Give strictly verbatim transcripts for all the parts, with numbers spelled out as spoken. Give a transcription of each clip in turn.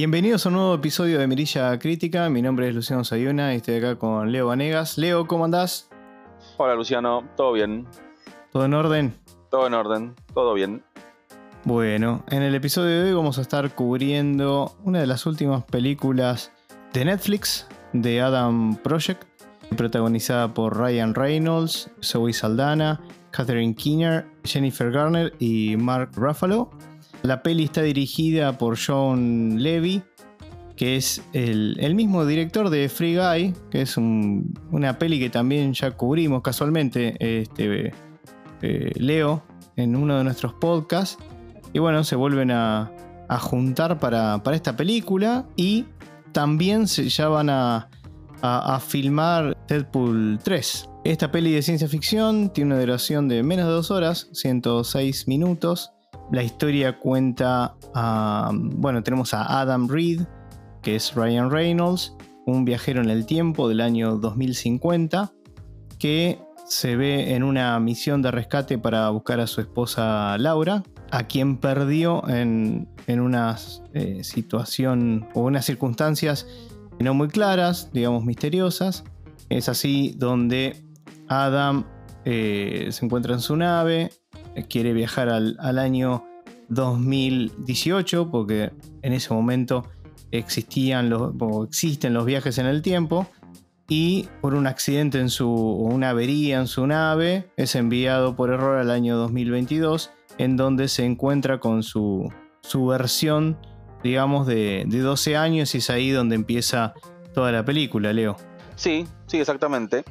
Bienvenidos a un nuevo episodio de Mirilla Crítica. Mi nombre es Luciano Sayuna y estoy acá con Leo Vanegas. Leo, ¿cómo andás? Hola Luciano, ¿todo bien? ¿Todo en orden? Todo en orden, todo bien. Bueno, en el episodio de hoy vamos a estar cubriendo una de las últimas películas de Netflix, The Adam Project, protagonizada por Ryan Reynolds, Zoe Saldana, Catherine Keener, Jennifer Garner y Mark Ruffalo. La peli está dirigida por Shawn Levy, que es el, el mismo director de Free Guy, que es un, una peli que también ya cubrimos casualmente, este, eh, Leo, en uno de nuestros podcasts. Y bueno, se vuelven a, a juntar para, para esta película. Y también se, ya van a, a, a filmar Deadpool tres. Esta peli de ciencia ficción tiene una duración de menos de dos horas, ciento seis minutos. La historia cuenta a... Bueno, tenemos a Adam Reed, que es Ryan Reynolds, un viajero en el tiempo del año dos mil cincuenta, que se ve en una misión de rescate para buscar a su esposa Laura, a quien perdió en, en una eh, situación o unas circunstancias no muy claras, digamos misteriosas. Es así donde Adam eh, se encuentra en su nave, quiere viajar al, al año dos mil dieciocho, porque en ese momento existían los, o existen los viajes en el tiempo, y por un accidente en su, o una avería en su nave, es enviado por error al año dos mil veintidós, en donde se encuentra con su, su versión, digamos, de, de doce años, y es ahí donde empieza toda la película, Leo. Sí, sí, exactamente.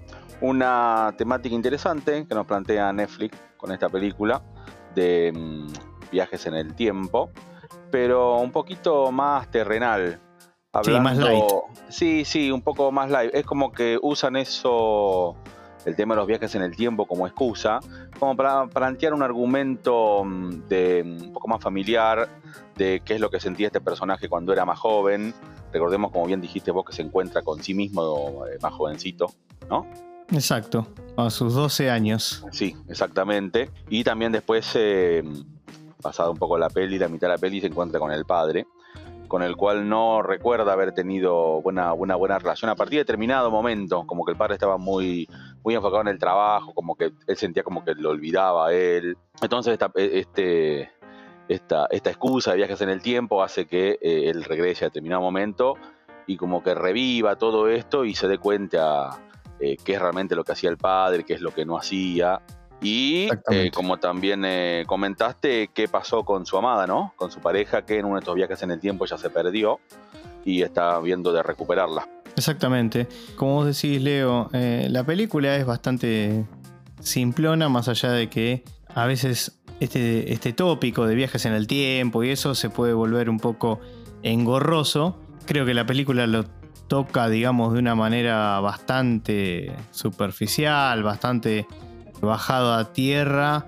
Una temática interesante que nos plantea Netflix con esta película de mmm, viajes en el tiempo, pero un poquito más terrenal. Hablando, sí, más light. Sí, sí, un poco más light. Es como que usan eso, el tema de los viajes en el tiempo, como excusa, como para plantear un argumento de un poco más familiar, de qué es lo que sentía este personaje cuando era más joven. Recordemos, como bien dijiste vos, que se encuentra con sí mismo más jovencito, ¿no? Exacto, a sus doce años. Sí, exactamente. Y también después, eh, pasado un poco la peli, la mitad de la peli, se encuentra con el padre, con el cual no recuerda haber tenido buena, una buena relación a partir de determinado momento, como que el padre estaba muy, muy enfocado en el trabajo, como que él sentía como que lo olvidaba a él. Entonces esta, este, esta, esta excusa de viajes en el tiempo hace que eh, él regrese a determinado momento y como que reviva todo esto y se dé cuenta eh, qué es realmente lo que hacía el padre, qué es lo que no hacía. Y eh, como también eh, comentaste, qué pasó con su amada, ¿no? Con su pareja, que en uno de estos viajes en el tiempo ya se perdió y está viendo de recuperarla. Exactamente. Como vos decís, Leo, eh, la película es bastante simplona, más allá de que a veces este, este tópico de viajes en el tiempo y eso se puede volver un poco engorroso. Creo que la película lo toca, digamos, de una manera bastante superficial, bastante bajado a tierra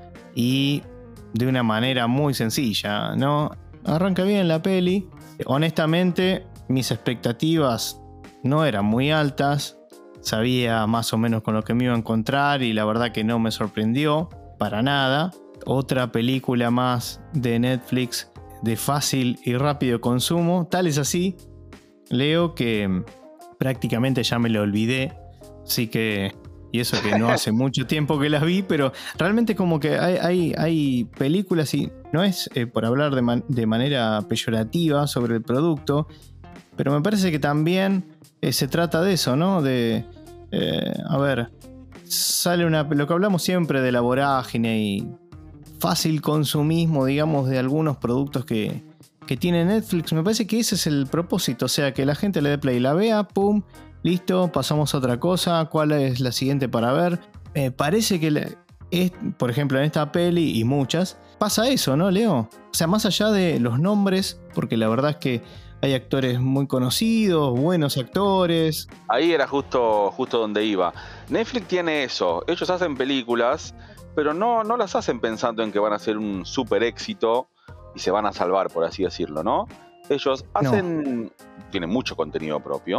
y de una manera muy sencilla, ¿no? Arranca bien la peli. Honestamente, mis expectativas no eran muy altas. Sabía más o menos con lo que me iba a encontrar y la verdad que no me sorprendió para nada. Otra película más de Netflix de fácil y rápido consumo. Tal es así, Leo, que prácticamente ya me lo olvidé. Así que... Y eso que no hace mucho tiempo que las vi, pero realmente como que hay, hay, hay películas, y no es eh, por hablar de, man, de manera peyorativa sobre el producto, pero me parece que también eh, se trata de eso, ¿no? De, eh, a ver, sale una, lo que hablamos siempre de la vorágine y fácil consumismo, digamos, de algunos productos que, que tiene Netflix. Me parece que ese es el propósito, o sea, que la gente le dé play, la vea, pum, listo, pasamos a otra cosa. ¿Cuál es la siguiente para ver? Me eh, parece que, le, es, por ejemplo, en esta peli y muchas, pasa eso, ¿no, Leo? O sea, más allá de los nombres, porque la verdad es que hay actores muy conocidos, buenos actores. Ahí era justo, justo donde iba. Netflix tiene eso. Ellos hacen películas, pero no, no las hacen pensando en que van a ser un super éxito y se van a salvar, por así decirlo, ¿no? Ellos hacen... No. Tienen mucho contenido propio.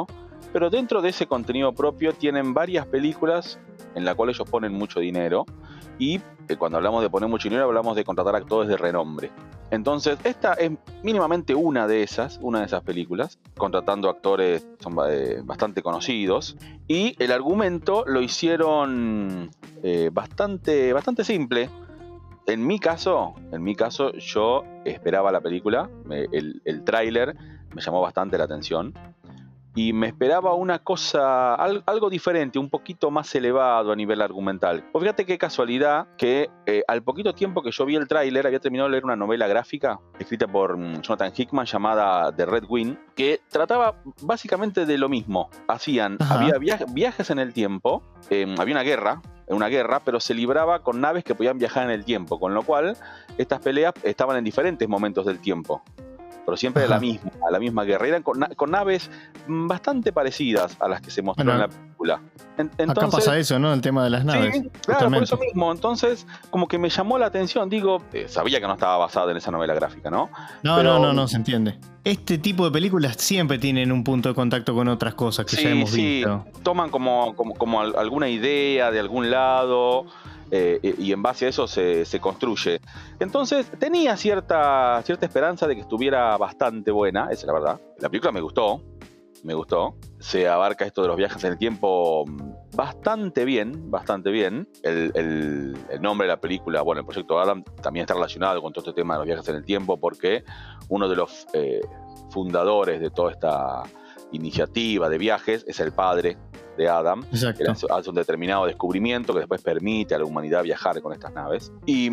pero dentro de ese contenido propio tienen varias películas en las cuales ellos ponen mucho dinero, y eh, cuando hablamos de poner mucho dinero hablamos de contratar actores de renombre. Entonces esta es mínimamente una de esas, una de esas películas, contratando actores son, eh, bastante conocidos, y el argumento lo hicieron eh, bastante, bastante simple. En mi caso, en mi caso yo esperaba la película, me, el, el tráiler me llamó bastante la atención, y me esperaba una cosa, algo diferente, un poquito más elevado a nivel argumental. Pues fíjate qué casualidad que eh, al poquito tiempo que yo vi el tráiler había terminado de leer una novela gráfica escrita por Jonathan Hickman llamada The Red Wing, que trataba básicamente de lo mismo. Hacían, Ajá. había viaje, viajes en el tiempo, eh, había una guerra, una guerra, pero se libraba con naves que podían viajar en el tiempo, con lo cual estas peleas estaban en diferentes momentos del tiempo, pero siempre de la misma, la misma guerra. Eran con, con naves bastante parecidas a las que se mostró bueno, en la película. En, entonces, acá pasa eso, ¿no? El tema de las naves. Sí, claro, por eso mismo. Entonces, como que me llamó la atención. Digo, eh, sabía que no estaba basada en esa novela gráfica, ¿no? No, pero, no, no, no, se entiende. Este tipo de películas siempre tienen un punto de contacto con otras cosas que sí, ya hemos sí. visto. Toman como, como, como alguna idea de algún lado. Eh, y en base a eso se, se construye. Entonces tenía cierta, cierta esperanza de que estuviera bastante buena, esa es la verdad. La película me gustó, me gustó. Se abarca esto de los viajes en el tiempo bastante bien, bastante bien. El, el, el nombre de la película, bueno, el proyecto Adam también está relacionado con todo este tema de los viajes en el tiempo, porque uno de los eh, fundadores de toda esta iniciativa de viajes es el padre de Adam. Exacto. Que hace un determinado descubrimiento que después permite a la humanidad viajar con estas naves. Y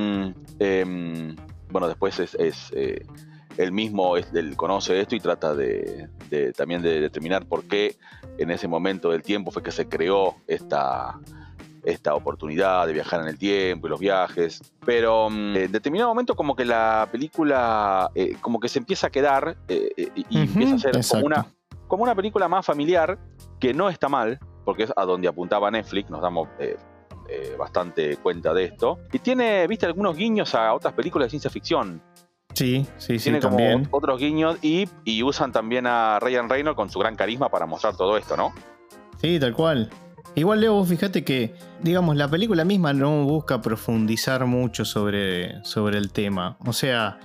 eh, bueno, después es, es eh, él mismo es, él conoce esto y trata de, de también de determinar por qué en ese momento del tiempo fue que se creó esta, esta oportunidad de viajar en el tiempo y los viajes. Pero eh, en determinado momento como que la película eh, como que se empieza a quedar eh, eh, y uh-huh, empieza a ser como una, como una película más familiar, que no está mal, porque es a donde apuntaba Netflix, nos damos eh, eh, bastante cuenta de esto. Y tiene, viste, algunos guiños a otras películas de ciencia ficción. Sí, sí, sí, tiene como también. otros guiños y, y usan también a Ryan Reynolds con su gran carisma para mostrar todo esto, ¿no? Sí, tal cual. Igual, Leo, vos fíjate que, digamos, la película misma no busca profundizar mucho sobre, sobre el tema. O sea,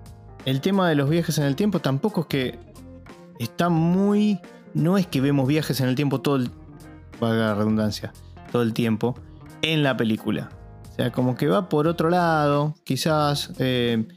el tema de los viajes en el tiempo tampoco es que está muy... No es que vemos viajes en el tiempo todo el... valga la redundancia, todo el tiempo en la película. O sea, como que va por otro lado, quizás. Eh,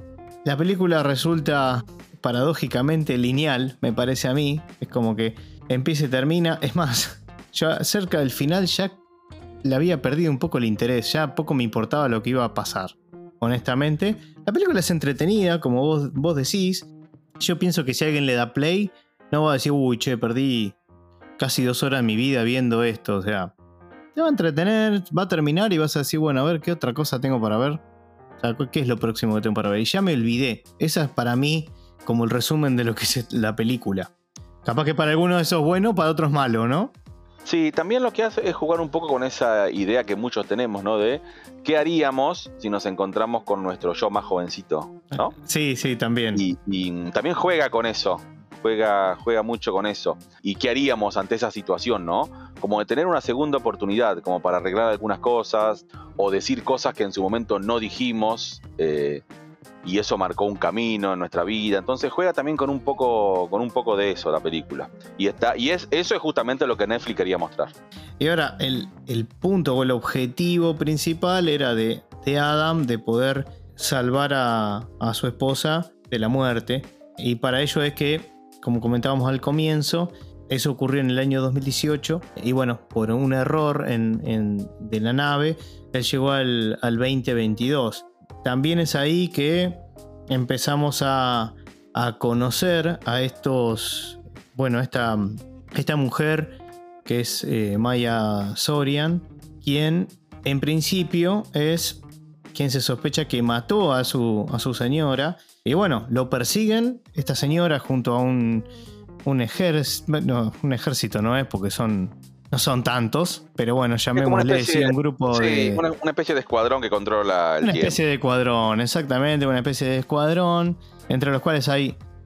la película resulta paradójicamente lineal, me parece a mí. Es como que empieza y termina. Es más, yo cerca del final ya le había perdido un poco el interés. Ya poco me importaba lo que iba a pasar, honestamente. La película es entretenida, como vos, vos decís. Yo pienso que si alguien le da play, no va a decir, uy, che, perdí casi dos horas de mi vida viendo esto. O sea, te va a entretener, va a terminar y vas a decir, bueno, a ver, ¿qué otra cosa tengo para ver? O sea, ¿qué es lo próximo que tengo para ver? Y ya me olvidé. Esa es para mí como el resumen de lo que es la película. Capaz que para algunos eso es bueno, para otros malo, ¿no? Sí, también lo que hace es jugar un poco con esa idea que muchos tenemos, ¿no? De qué haríamos si nos encontramos con nuestro yo más jovencito, ¿no? Sí, sí, también. Y, y también juega con eso. Juega, juega mucho con eso. ¿Y qué haríamos ante esa situación, no? Como de tener una segunda oportunidad, como para arreglar algunas cosas, o decir cosas que en su momento no dijimos, eh, y eso marcó un camino en nuestra vida. Entonces juega también con un poco, con un poco de eso la película. Y, está, y es, eso es justamente lo que Netflix quería mostrar. Y ahora, el, el punto o el objetivo principal era de, de Adam de poder salvar a, a su esposa de la muerte. Y para ello es que, como comentábamos al comienzo, eso ocurrió en el año dos mil dieciocho y bueno, por un error en, en, de la nave, él llegó al, al veinte veintidós. También es ahí que empezamos a, a conocer a estos, bueno, esta, esta mujer que es eh, Maya Sorian, quien en principio es quien se sospecha que mató a su, a su señora. Y bueno, lo persiguen esta señora junto a un, un ejército. No, un ejército no es porque son, no son tantos, pero bueno, llamémosle sí, un grupo sí, de. Una, una especie de escuadrón que controla el Una tiempo. especie de escuadrón, exactamente, una especie de escuadrón, entre los cuales hay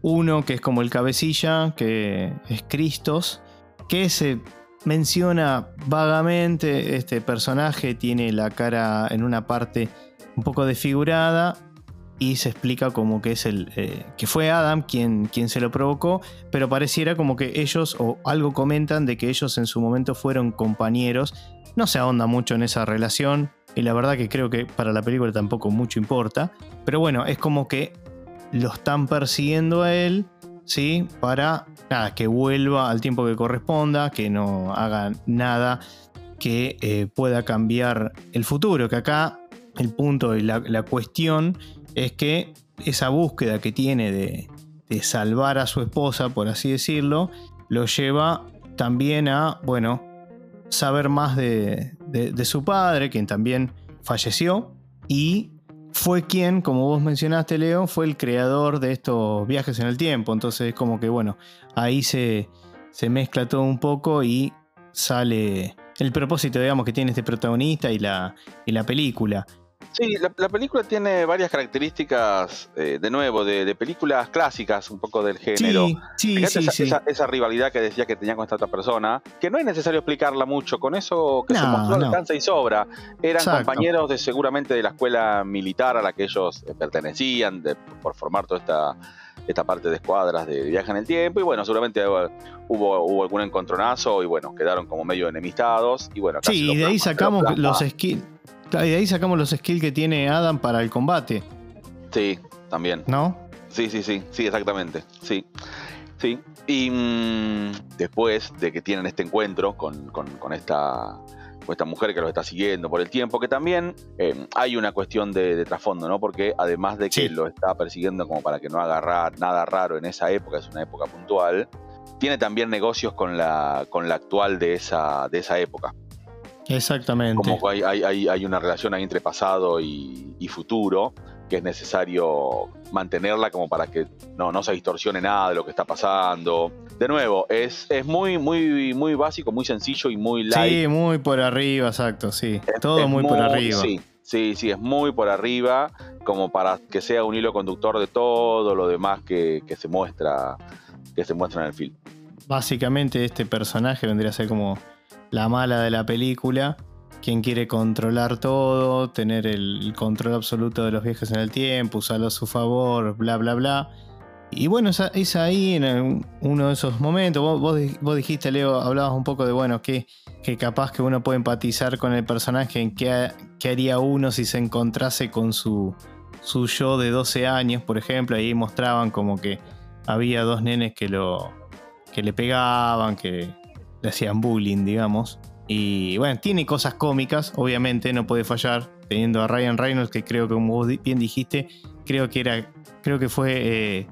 Uno que es como el cabecilla, que es Christos, que se menciona vagamente. Este personaje tiene la cara en una parte un poco desfigurada y se explica como que es el eh, que fue Adam quien, quien se lo provocó, pero pareciera como que ellos, o algo comentan de que ellos en su momento fueron compañeros. No se ahonda mucho en esa relación y la verdad que creo que para la película tampoco mucho importa, pero bueno, es como que lo están persiguiendo a él, ¿sí? Para nada, que vuelva al tiempo que corresponda, que no haga nada que eh, pueda cambiar el futuro. Que acá el punto y la, la cuestión es que esa búsqueda que tiene de, de salvar a su esposa, por así decirlo, lo lleva también a, bueno, saber más de, de, de su padre, quien también falleció, y fue quien, como vos mencionaste, Leo, fue el creador de estos viajes en el tiempo. Entonces es como que, bueno, ahí se, se mezcla todo un poco y sale el propósito, digamos, que tiene este protagonista y la, y la película. Sí, la, la película tiene varias características, eh, de nuevo, de, de películas clásicas, un poco del género. Sí, sí, Fíjate sí, esa, sí. esa, esa rivalidad que decía que tenía con esta otra persona, que no es necesario explicarla mucho, con eso que No, se mostró no. alcanza y sobra. Eran Exacto. compañeros de, seguramente de la escuela militar a la que ellos eh, pertenecían, de, por formar toda esta, esta parte de escuadras de viaje en el tiempo, y bueno, seguramente hubo, hubo algún encontronazo y bueno, quedaron como medio enemistados. Y bueno, acá Sí, se lo y de ahí plasma, sacamos se lo plasma. los skills. Y de ahí sacamos los skills que tiene Adam para el combate, Sí, también. ¿no? Sí, sí, sí, sí, exactamente. Sí, sí. Y mmm, después de que tienen este encuentro con, con, con, esta, con esta mujer que los está siguiendo por el tiempo, que también eh, hay una cuestión de, de trasfondo, ¿no? Porque además de que Sí. lo está persiguiendo como para que no haga ra- nada raro en esa época, es una época puntual, tiene también negocios con la, con la actual de esa, de esa época. Exactamente. Como que hay, hay, hay, hay una relación ahí entre pasado y, y futuro, que es necesario mantenerla como para que no, no se distorsione nada de lo que está pasando. De nuevo, es, es muy, muy, muy básico, muy sencillo y muy light. Sí, muy por arriba, exacto, sí. Es, Todo es muy, muy por arriba. Sí, sí, sí, es muy por arriba, como para que sea un hilo conductor de todo lo demás que, que se muestra, que se muestra en el film. Básicamente este personaje vendría a ser como la mala de la película, quien quiere controlar todo, tener el control absoluto de los viajes en el tiempo, usarlo a su favor, bla, bla, bla. Y bueno, es, es ahí en uno de esos momentos. Vos, vos, vos dijiste, Leo, hablabas un poco de, bueno, que, que capaz que uno puede empatizar con el personaje, en qué, qué haría uno si se encontrase con su, su yo de doce años, por ejemplo. Ahí mostraban como que había dos nenes que, lo, que le pegaban, que le hacían bullying, digamos. Y bueno, tiene cosas cómicas, obviamente, no puede fallar, teniendo a Ryan Reynolds, que creo que, como vos bien dijiste, creo que era, creo que fue eh,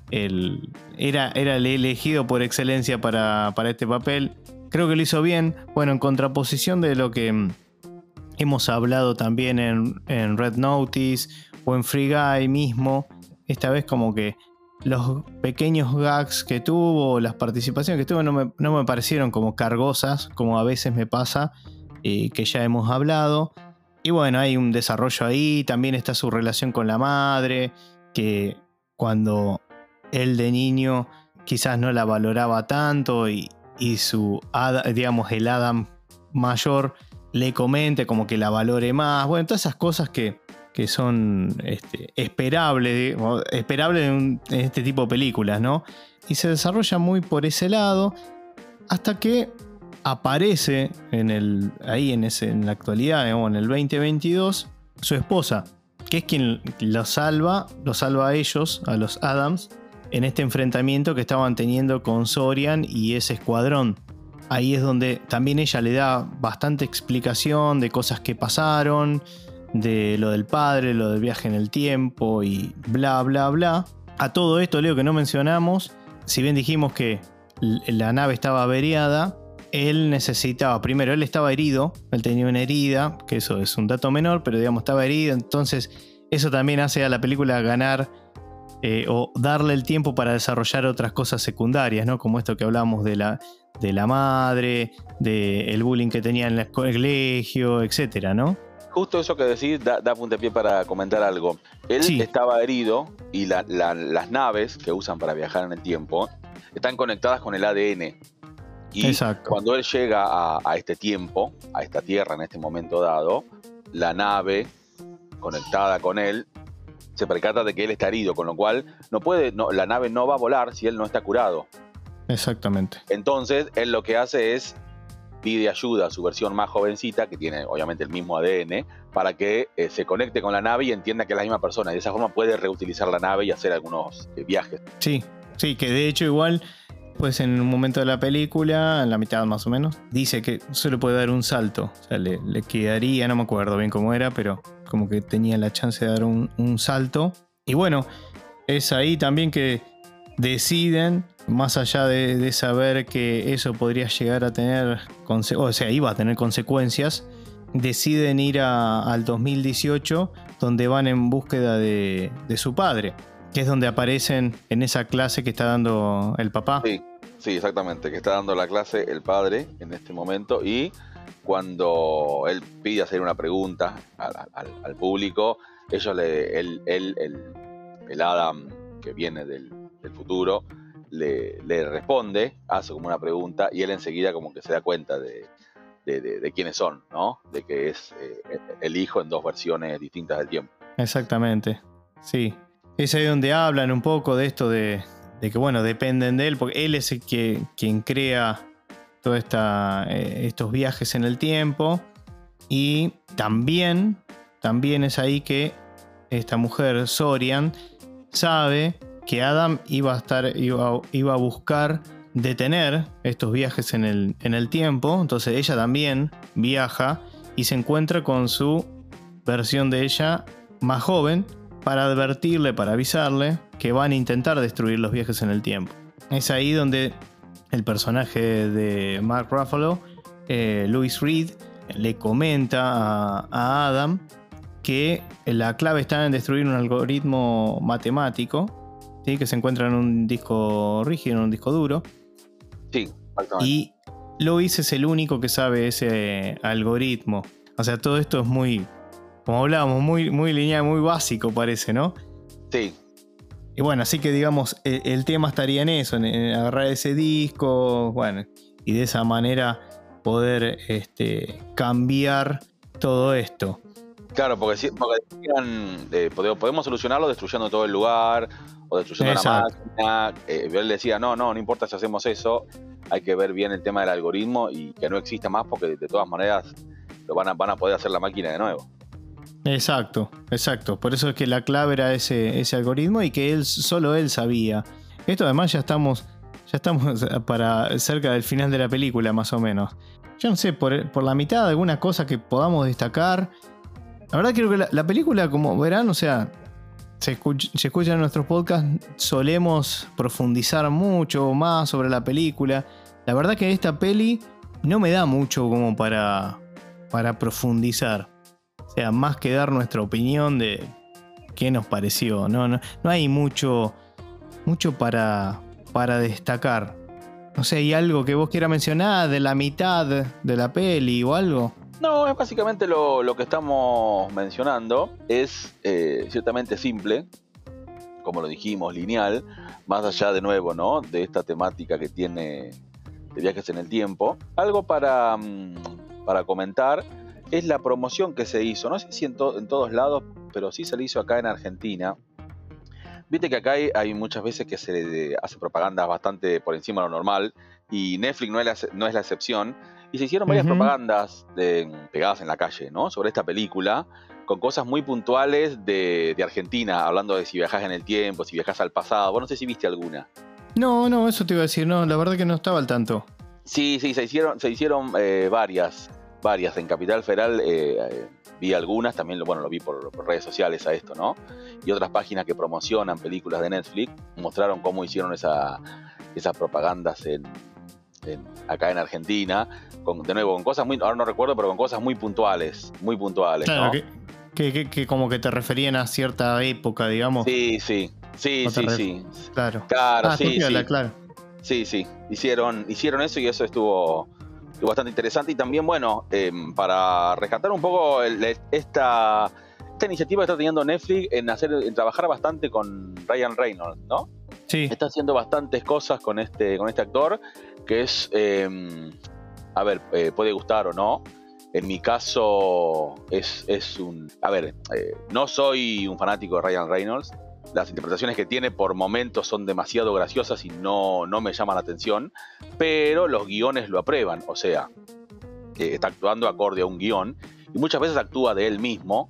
el, era, era el elegido por excelencia para, para este papel. Creo que lo hizo bien. Bueno, en contraposición de lo que mm, hemos hablado también en, en Red Notice o en Free Guy mismo, esta vez como que los pequeños gags que tuvo, las participaciones que tuvo, no me, no me parecieron como cargosas, como a veces me pasa, eh, que ya hemos hablado. Y bueno, hay un desarrollo ahí, también está su relación con la madre, que cuando él de niño quizás no la valoraba tanto y, y su, digamos, el Adam mayor le comente como que la valore más. Bueno, todas esas cosas que... que son este, esperables, esperables en, en este tipo de películas, ¿no? Y se desarrolla muy por ese lado, hasta que aparece en el, ahí en, ese, en la actualidad, digamos, en el veinte veintidós, su esposa, que es quien los salva, los salva a ellos, a los Adams, en este enfrentamiento que estaban teniendo con Sorian y ese escuadrón. Ahí es donde también ella le da bastante explicación de cosas que pasaron, de lo del padre, lo del viaje en el tiempo y bla, bla, bla. A todo esto, Leo, que no mencionamos, si bien dijimos que la nave estaba averiada, él necesitaba, primero, él estaba herido, él tenía una herida, que eso es un dato menor, pero digamos, estaba herido, entonces eso también hace a la película ganar eh, o darle el tiempo para desarrollar otras cosas secundarias, ¿no? Como esto que hablábamos de la, de la madre, del bullying que tenía en el colegio, etcétera, ¿no? justo eso que decís da, da puntapié para comentar algo. Él Sí. estaba herido y la, la, las naves que usan para viajar en el tiempo están conectadas con el A D N. Y Exacto. cuando él llega a, a este tiempo, a esta tierra en este momento dado, la nave conectada con él se percata de que él está herido, con lo cual no puede, no, la nave no va a volar si él no está curado. Exactamente. Entonces, él lo que hace es pide ayuda a su versión más jovencita, que tiene obviamente el mismo A D N, para que eh, se conecte con la nave y entienda que es la misma persona. Y de esa forma puede reutilizar la nave y hacer algunos eh, viajes. Sí, sí, que de hecho igual, pues en un momento de la película, en la mitad más o menos, dice que solo puede dar un salto. O sea, le, le quedaría, no me acuerdo bien cómo era, pero como que tenía la chance de dar un, un salto. Y bueno, es ahí también que deciden, más allá de, de saber que eso podría llegar a tener, o sea, iba a tener consecuencias, deciden ir a, al dos mil dieciocho, donde van en búsqueda de, de su padre, que es donde aparecen en esa clase que está dando el papá. Sí, sí, exactamente, que está dando la clase el padre en este momento, y cuando él pide hacer una pregunta al, al, al público, ellos le, él, él, el, el Adam que viene del, del futuro, le, le responde, hace como una pregunta, y él enseguida como que se da cuenta de, de, de, de quiénes son, ¿no? De que es eh, el hijo en dos versiones distintas del tiempo. Exactamente, sí. Es ahí donde hablan un poco de esto de, de que, bueno, dependen de él, porque él es el que, quien crea todos eh, estos viajes en el tiempo. Y también, también es ahí que esta mujer, Sorian, sabe que Adam iba a estar, iba, iba a buscar detener estos viajes en el, en el tiempo. Entonces ella también viaja y se encuentra con su versión de ella más joven, para advertirle, para avisarle que van a intentar destruir los viajes en el tiempo. Es ahí donde el personaje de Mark Ruffalo, eh, Louis Reed, le comenta a, a Adam que la clave está en destruir un algoritmo matemático, ¿sí? Que se encuentra en un disco rígido, en un disco duro. Sí, exactamente. Y Louis es el único que sabe ese algoritmo. O sea, todo esto es muy, como hablábamos, muy, muy lineal, muy básico parece, ¿no? Sí. Y bueno, así que digamos, el, el tema estaría en eso, en, en agarrar ese disco, bueno, y de esa manera poder este, cambiar todo esto. Claro, porque, si, porque decían, eh, podemos solucionarlo destruyendo todo el lugar o destruyendo Exacto. la máquina. Eh, él decía, no, no, no importa si hacemos eso, hay que ver bien el tema del algoritmo y que no exista más, porque de todas maneras lo van a, van a poder hacer la máquina de nuevo. Exacto, exacto. Por eso es que la clave era ese, ese algoritmo y que él solo él sabía. Esto además ya estamos, ya estamos para cerca del final de la película, más o menos. Yo no sé, por, por la mitad alguna cosa que podamos destacar. La verdad creo que la, la película, como verán, o sea, se escucha, se escucha en nuestros podcasts, solemos profundizar mucho más sobre la película. La verdad que esta peli no me da mucho como para, para profundizar. O sea, más que dar nuestra opinión de qué nos pareció. No, no, no hay mucho, mucho para, para destacar. No sé, ¿hay algo que vos quieras mencionar de la mitad de la peli o algo? No, es básicamente lo, lo que estamos mencionando. Es eh, ciertamente simple, como lo dijimos, lineal, más allá de nuevo, ¿no? De esta temática que tiene de viajes en el tiempo. Algo para, para comentar es la promoción que se hizo. No sé si en, to- en todos lados, pero sí se le hizo acá en Argentina. Viste que acá hay, hay muchas veces que se le hace propaganda bastante por encima de lo normal, y Netflix no es la, no es la excepción. Y se hicieron varias Uh-huh. propagandas de, pegadas en la calle, ¿no? Sobre esta película, con cosas muy puntuales de, de Argentina, hablando de si viajás en el tiempo, si viajás al pasado. Vos no sé si viste alguna. No, no, eso te iba a decir. No, la verdad que no estaba al tanto. Sí, sí, se hicieron, se hicieron eh, varias, varias. En Capital Federal eh, eh, vi algunas, también lo, bueno, lo vi por, por redes sociales a esto, ¿no? Y otras páginas que promocionan películas de Netflix mostraron cómo hicieron esa, esas propagandas en, en, acá en Argentina, con, de nuevo, con cosas muy, ahora no recuerdo, pero con cosas muy puntuales, muy puntuales, Claro, ¿no? que, que, que, que como que te referían a cierta época, digamos. Sí, sí, sí, sí, ref... sí. Claro. Claro, ah, sí, piola, sí. claro. Sí, sí. Hicieron, hicieron eso y eso estuvo, estuvo bastante interesante. Y también, bueno, eh, para rescatar un poco el, esta, esta iniciativa que está teniendo Netflix en, hacer, en trabajar bastante con Ryan Reynolds, ¿no? Sí. Está haciendo bastantes cosas con este, con este actor, que es, eh, a ver, eh, puede gustar o no. En mi caso es, es un... A ver, eh, no soy un fanático de Ryan Reynolds. Las interpretaciones que tiene por momentos son demasiado graciosas y no, no me llaman la atención, pero los guiones lo aprueban. O sea, eh, está actuando acorde a un guión y muchas veces actúa de él mismo.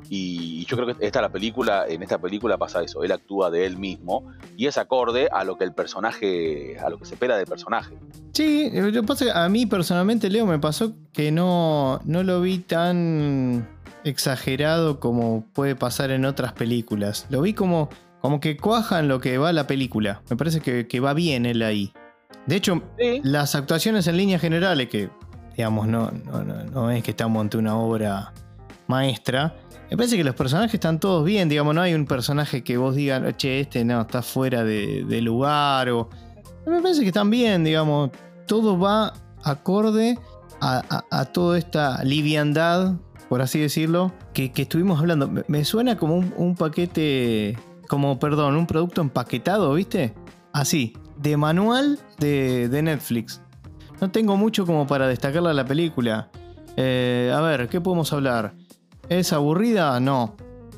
Y yo creo que esta la película, en esta película pasa eso, él actúa de él mismo y es acorde a lo que el personaje, a lo que se espera del personaje. Sí, lo que pasa es que a mí personalmente, Leo, me pasó que no, no lo vi tan exagerado como puede pasar en otras películas. Lo vi como, como que cuajan lo que va la película. Me parece que, que va bien él ahí. De hecho, sí. Las actuaciones en líneas generales, que digamos no, no, no, no es que estamos ante una obra maestra, me parece que los personajes están todos bien, digamos, no hay un personaje que vos digas, che, este no, está fuera de, de lugar, o... Me parece que están bien, digamos, todo va acorde a, a, a toda esta liviandad, por así decirlo, que, que estuvimos hablando. Me, me suena como un, un paquete, como, perdón, un producto empaquetado, ¿viste? Así, de manual de, de Netflix. No tengo mucho como para destacarla a la película. Eh, a ver, ¿qué podemos hablar? ¿Es aburrida? No.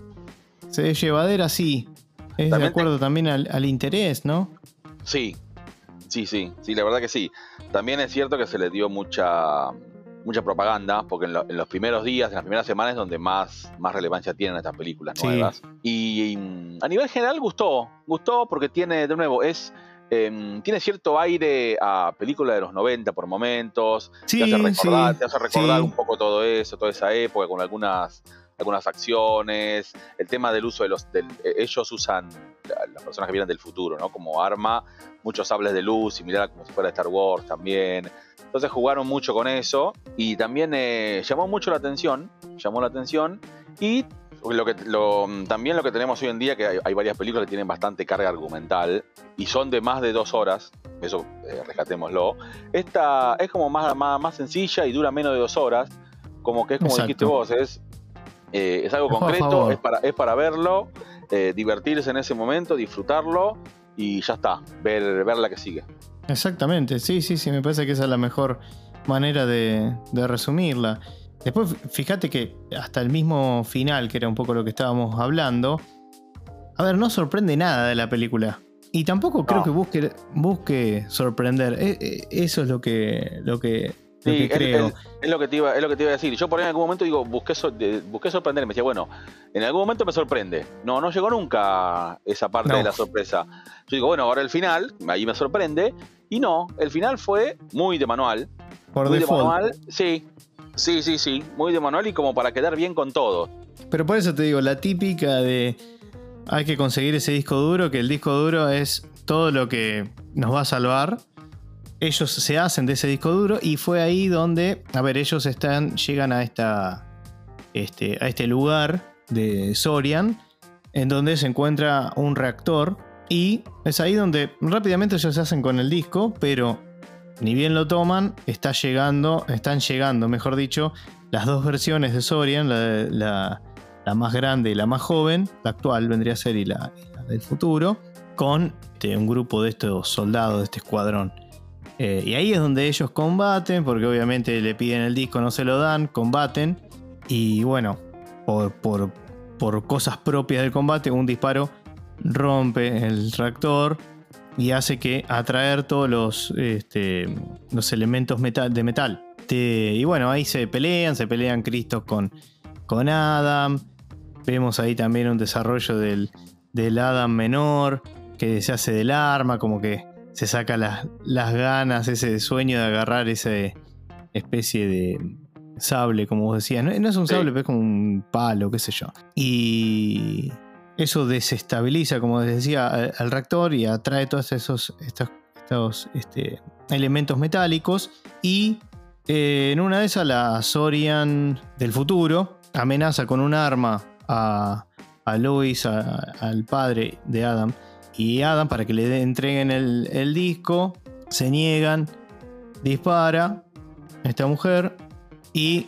¿Se es llevadera? Sí. ¿Es de acuerdo te... también al, al interés, no? Sí, sí, sí, sí, la verdad que sí. También es cierto que se le dio mucha, mucha propaganda, porque en, lo, en los primeros días, en las primeras semanas es donde más, más relevancia tienen estas películas sí. nuevas. Y, y a nivel general gustó, gustó porque tiene, de nuevo, es... Eh, tiene cierto aire a película de los noventa por momentos, sí, te hace recordar, sí, te hace recordar sí. un poco todo eso, toda esa época, con algunas, algunas acciones, el tema del uso de los... Del, ellos usan, las personas que vienen del futuro, ¿no? Como arma, muchos sables de luz, similar a como si fuera Star Wars también. Entonces jugaron mucho con eso y también eh, llamó mucho la atención, llamó la atención y... Lo que, lo, también lo que tenemos hoy en día, que hay, hay varias películas que tienen bastante carga argumental y son de más de dos horas, eso eh, rescatémoslo. Esta es como más, más, más sencilla y dura menos de dos horas, como que es como Exacto. dijiste vos, es, eh, es algo Mejor concreto, es para, es para verlo, eh, divertirse en ese momento, disfrutarlo y ya está, ver, ver la que sigue. Exactamente, sí, sí, sí, me parece que esa es la mejor manera de, de resumirla. Después, fíjate que hasta el mismo final, que era un poco lo que estábamos hablando, a ver, no sorprende nada de la película. Y tampoco creo no. que busque, busque sorprender. Eso es lo que, lo que, sí, lo que es, creo. Es, es, lo que te iba, es lo que te iba a decir. Yo por ahí en algún momento digo, busqué, so, busqué sorprender. Me decía, bueno, en algún momento me sorprende. No, no llegó nunca esa parte no. de la sorpresa. Yo digo, bueno, ahora el final, ahí me sorprende. Y no, el final fue muy de manual. Por muy default. de manual, sí. Sí, sí, sí, muy de manual y como para quedar bien con todo. Pero por eso te digo, la típica de hay que conseguir ese disco duro, que el disco duro es todo lo que nos va a salvar. Ellos se hacen de ese disco duro y fue ahí donde, a ver, ellos están, llegan a esta, este, a este lugar de Sorian, en donde se encuentra un reactor y es ahí donde rápidamente ellos se hacen con el disco, pero ni bien lo toman, está llegando, están llegando, mejor dicho, las dos versiones de Sorian, la, la, la más grande y la más joven, la actual vendría a ser y la, y la del futuro, con este, un grupo de estos soldados de este escuadrón. Eh, y ahí es donde ellos combaten, porque obviamente le piden el disco, no se lo dan, combaten, y bueno, por, por, por cosas propias del combate, un disparo rompe el reactor y hace que atraer todos los, este, los elementos metal, de metal. Te, y bueno, ahí se pelean, se pelean Cristos con, con Adam. Vemos ahí también un desarrollo del, del Adam menor, que se hace del arma, como que se saca las, las ganas, ese sueño de agarrar esa especie de sable, como vos decías. No, no es un sable, sí, pero es como un palo, qué sé yo. Y eso desestabiliza, como les decía, al, al reactor y atrae todos esos estos, estos este, elementos metálicos. Y eh, en una de esas, la Sorian del futuro amenaza con un arma a, a Lois, a, al padre de Adam. Y Adam, para que le de, entreguen el, el disco, se niegan, dispara esta mujer, y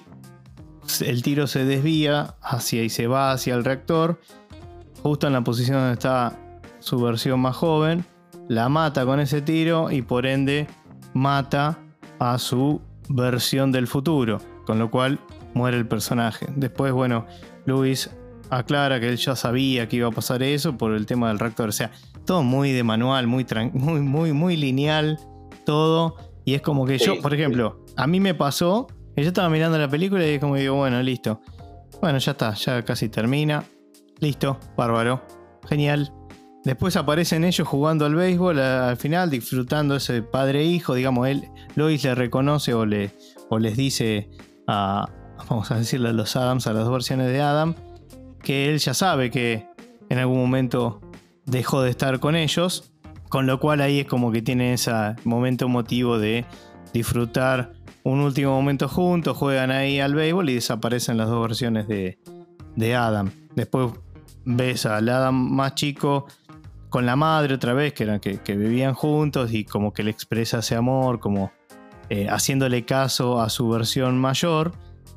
el tiro se desvía hacia y se va hacia el reactor, justo en la posición donde está su versión más joven, la mata con ese tiro y por ende mata a su versión del futuro, con lo cual muere el personaje. Después, bueno, Lewis aclara que él ya sabía que iba a pasar eso por el tema del reactor. O sea, todo muy de manual, muy, muy, muy, muy lineal, todo. Y es como que yo, por ejemplo, a mí me pasó que yo estaba mirando la película y es como digo, bueno, listo. Bueno, ya está, ya casi termina. Listo, bárbaro, genial. Después aparecen ellos jugando al béisbol al final, disfrutando ese padre e hijo. Digamos, él, Lois le reconoce o, le, o les dice a, vamos a decirle a los Adams, a las dos versiones de Adam, que él ya sabe que en algún momento dejó de estar con ellos. Con lo cual ahí es como que tiene ese momento emotivo de disfrutar un último momento juntos, juegan ahí al béisbol y desaparecen las dos versiones de, de Adam. Después ves al Adam más chico con la madre otra vez, que, eran, que, que vivían juntos y como que le expresa ese amor, como eh, haciéndole caso a su versión mayor.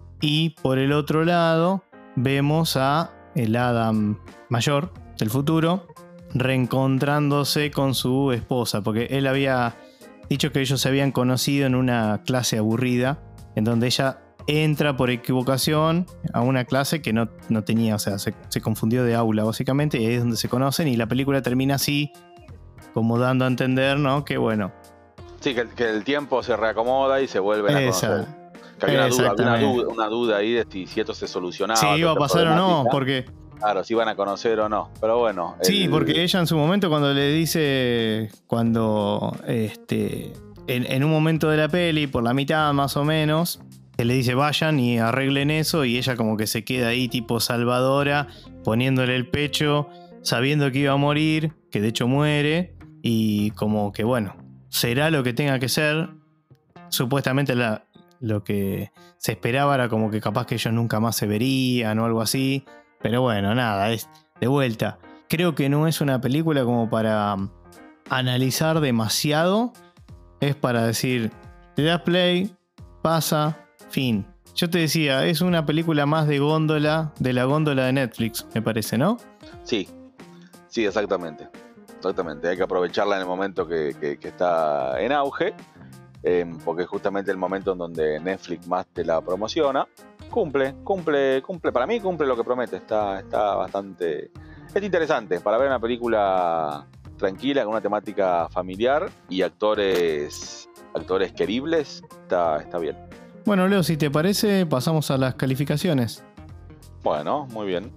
Y por el otro lado vemos a el Adam mayor del futuro reencontrándose con su esposa, porque él había dicho que ellos se habían conocido en una clase aburrida, en donde ella entra por equivocación a una clase que no, no tenía, o sea, se, se confundió de aula básicamente, y ahí es donde se conocen, y la película termina así, como dando a entender, ¿no? Que bueno. Sí, que, que el tiempo se reacomoda y se vuelven a Esa, conocer. Que había una duda, una duda, una duda ahí de si, si esto se solucionaba. Si iba a pasar o no, porque... Claro, si iban a conocer o no, pero bueno. Sí, el... porque ella en su momento cuando le dice, cuando este, en, en un momento de la peli, por la mitad más o menos, que le dice vayan y arreglen eso, y ella como que se queda ahí tipo salvadora, poniéndole el pecho, sabiendo que iba a morir, que de hecho muere, y como que bueno, será lo que tenga que ser. Supuestamente la, lo que se esperaba era como que capaz que ellos nunca más se verían o algo así. Pero bueno, nada, es de vuelta. Creo que no es una película como para analizar demasiado. Es para decir, te das play, pasa, fin. Yo te decía, es una película más de góndola, de la góndola de Netflix, me parece, ¿no? Sí, sí, exactamente. Exactamente, hay que aprovecharla en el momento que, que, que está en auge. Eh, porque es justamente el momento en donde Netflix más te la promociona. Cumple, cumple, cumple. Para mí cumple lo que promete. Está, está bastante... Es interesante para ver una película tranquila, con una temática familiar y actores actores queribles. Está, está bien. Bueno, Leo, si te parece, pasamos a las calificaciones. Bueno, muy bien.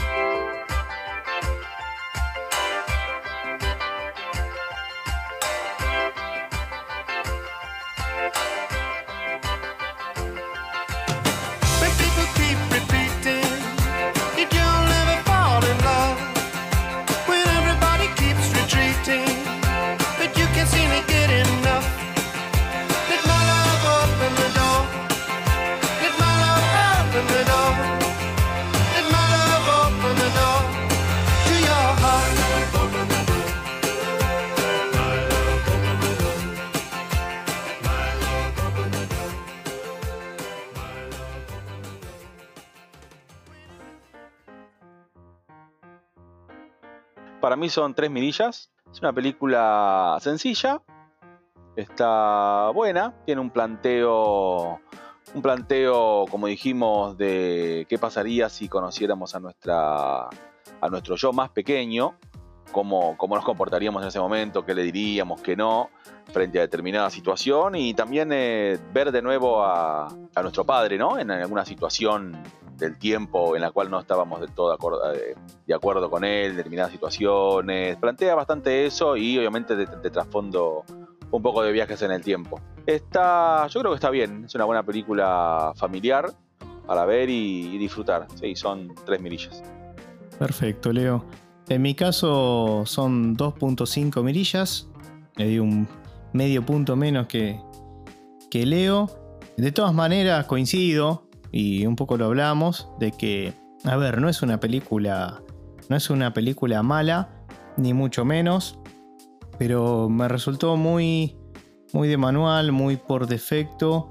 Para mí son tres mirillas. Es una película sencilla. Está buena. Tiene un planteo, un planteo, como dijimos, de qué pasaría si conociéramos a nuestra, a nuestro yo más pequeño. Cómo, cómo nos comportaríamos en ese momento, qué le diríamos, qué no, frente a determinada situación. Y también eh, ver de nuevo a, a nuestro padre, ¿no? En alguna situación del tiempo en la cual no estábamos del todo de acuerdo, de, de acuerdo con él, determinadas situaciones. Plantea bastante eso y obviamente de, de trasfondo un poco de viajes en el tiempo. Está, yo creo que está bien, es una buena película familiar para ver y, y disfrutar. Sí, son tres mirillas. Perfecto, Leo. En mi caso son dos punto cinco mirillas. Le di un medio punto menos que, que Leo. De todas maneras coincido, y un poco lo hablamos, de que, a ver, no es una película, no es una película mala, ni mucho menos, pero me resultó muy, muy de manual, muy por defecto,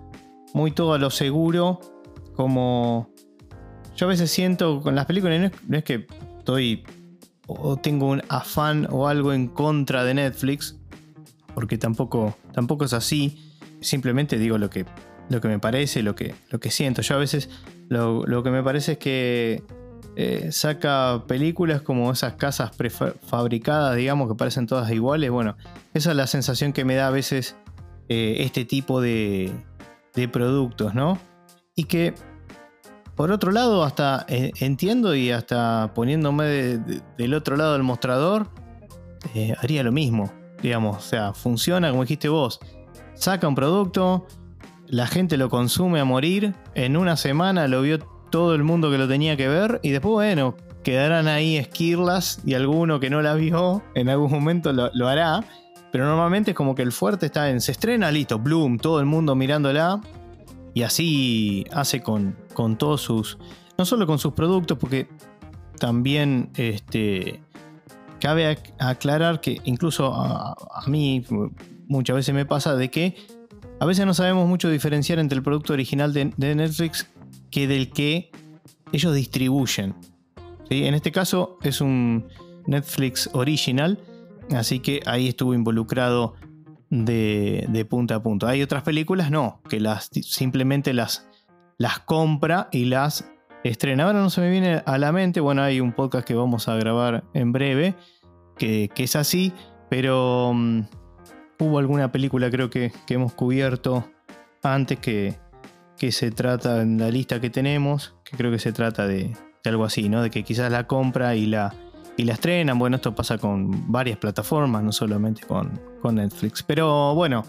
muy todo a lo seguro, como yo a veces siento con las películas, no es, no es que estoy o tengo un afán o algo en contra de Netflix, porque tampoco, tampoco es así. Simplemente digo lo que, lo que me parece, lo que, lo que siento. Yo a veces lo, lo que me parece es que eh, saca películas como esas casas prefabricadas, digamos, que parecen todas iguales. Bueno, esa es la sensación que me da a veces eh, este tipo de, de productos, ¿no? Y que por otro lado, hasta eh, entiendo y hasta poniéndome de, de, del otro lado del mostrador, eh, haría lo mismo, digamos. O sea, funciona como dijiste vos. Saca un producto, la gente lo consume a morir, en una semana lo vio todo el mundo que lo tenía que ver y después, bueno, quedarán ahí esquirlas y alguno que no la vio en algún momento lo, lo hará. Pero normalmente es como que el fuerte está en se estrena, listo, bloom, todo el mundo mirándola. Y así hace con, con todos sus... No solo con sus productos, porque también este, cabe aclarar que incluso a, a mí muchas veces me pasa de que a veces no sabemos mucho diferenciar entre el producto original de, de Netflix que del que ellos distribuyen. ¿Sí? En este caso es un Netflix Original, así que ahí estuvo involucrado De, de punta a punta. Hay otras películas no, que las simplemente las, las compra y las estrena. Ahora no se me viene a la mente, bueno, hay un podcast que vamos a grabar en breve que, que es así, pero um, hubo alguna película creo que, que hemos cubierto antes que, que se trata en la lista que tenemos, que creo que se trata de, de algo así, ¿no? De que quizás la compra y la Y la estrenan. Bueno, esto pasa con varias plataformas, no solamente con, con Netflix. Pero bueno,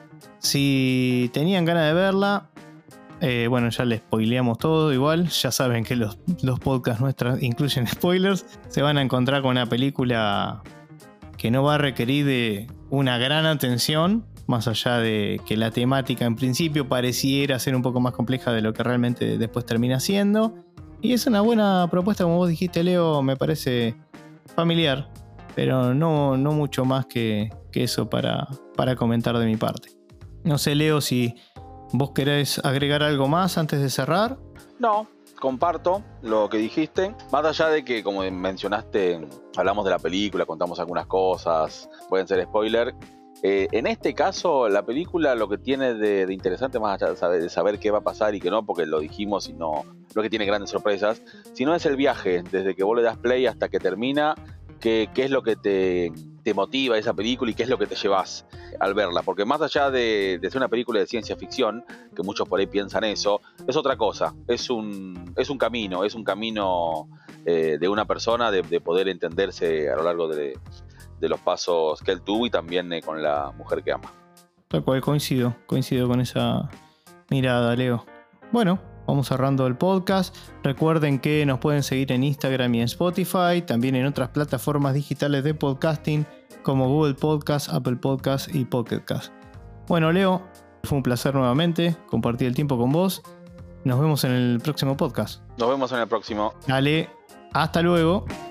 si tenían ganas de verla, eh, bueno, ya les spoileamos todo igual. Ya saben que los, los podcasts nuestros incluyen spoilers. Se van a encontrar con una película que no va a requerir de una gran atención, más allá de que la temática en principio pareciera ser un poco más compleja de lo que realmente después termina siendo. Y es una buena propuesta, como vos dijiste, Leo, me parece familiar, pero no, no mucho más que, que eso para, para comentar de mi parte. No sé, Leo, si vos querés agregar algo más antes de cerrar. No, comparto lo que dijiste. Más allá de que, como mencionaste, hablamos de la película, contamos algunas cosas, pueden ser spoiler. Eh, en este caso, la película lo que tiene de, de interesante, más allá de saber, de saber qué va a pasar y qué no, porque lo dijimos y no, no es que tiene grandes sorpresas, sino es el viaje, desde que vos le das play hasta que termina, qué, qué es lo que te, te motiva esa película y qué es lo que te llevas al verla. Porque más allá de, de ser una película de ciencia ficción, que muchos por ahí piensan eso, es otra cosa, es un, es un camino, es un camino eh, de una persona de, de poder entenderse a lo largo de... de los pasos que él tuvo y también eh, con la mujer que ama. Tal cual, coincido, coincido con esa mirada, Leo. Bueno, vamos cerrando el podcast. Recuerden que nos pueden seguir en Instagram y en Spotify, también en otras plataformas digitales de podcasting como Google Podcast, Apple Podcast y Pocket Cast. Bueno, Leo, fue un placer nuevamente compartir el tiempo con vos. Nos vemos en el próximo podcast. Nos vemos en el próximo. Dale, hasta luego.